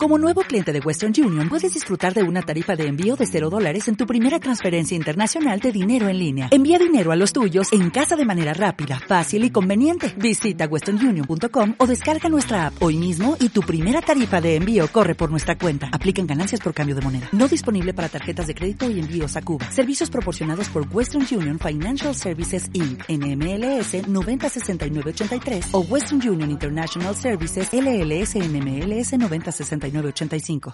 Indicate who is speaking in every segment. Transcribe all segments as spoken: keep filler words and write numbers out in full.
Speaker 1: Como nuevo cliente de Western Union, puedes disfrutar de una tarifa de envío de cero dólares en tu primera transferencia internacional de dinero en línea. Envía dinero a los tuyos en casa de manera rápida, fácil y conveniente. Visita western union punto com o descarga nuestra app hoy mismo y tu primera tarifa de envío corre por nuestra cuenta. Aplican ganancias por cambio de moneda. No disponible para tarjetas de crédito y envíos a Cuba. Servicios proporcionados por Western Union Financial Services incorporated. N M L S noventa sesenta y nueve ochenta y tres o Western Union International Services L L S N M L S noventa sesenta y nueve ochenta y cinco.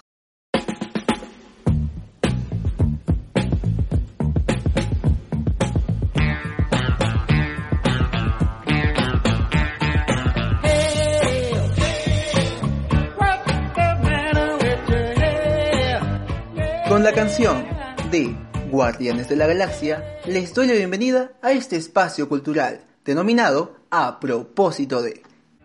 Speaker 2: Con la canción de Guardianes de la Galaxia, les doy la bienvenida a este espacio cultural, denominado A Propósito de.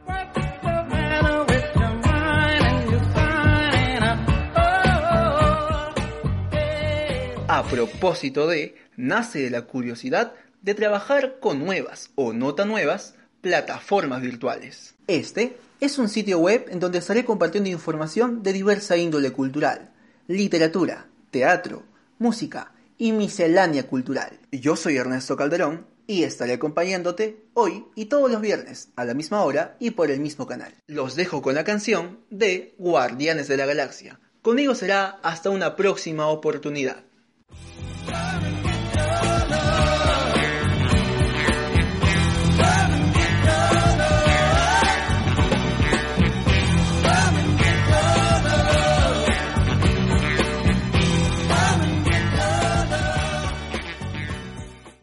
Speaker 2: A propósito de, nace de la curiosidad de trabajar con nuevas o no tan nuevas plataformas virtuales. Este es un sitio web en donde estaré compartiendo información de diversa índole cultural, literatura, teatro, música y miscelánea cultural. Yo soy Ernesto Calderón y estaré acompañándote hoy y todos los viernes a la misma hora y por el mismo canal. Los dejo con la canción de Guardianes de la Galaxia. Conmigo será hasta una próxima oportunidad.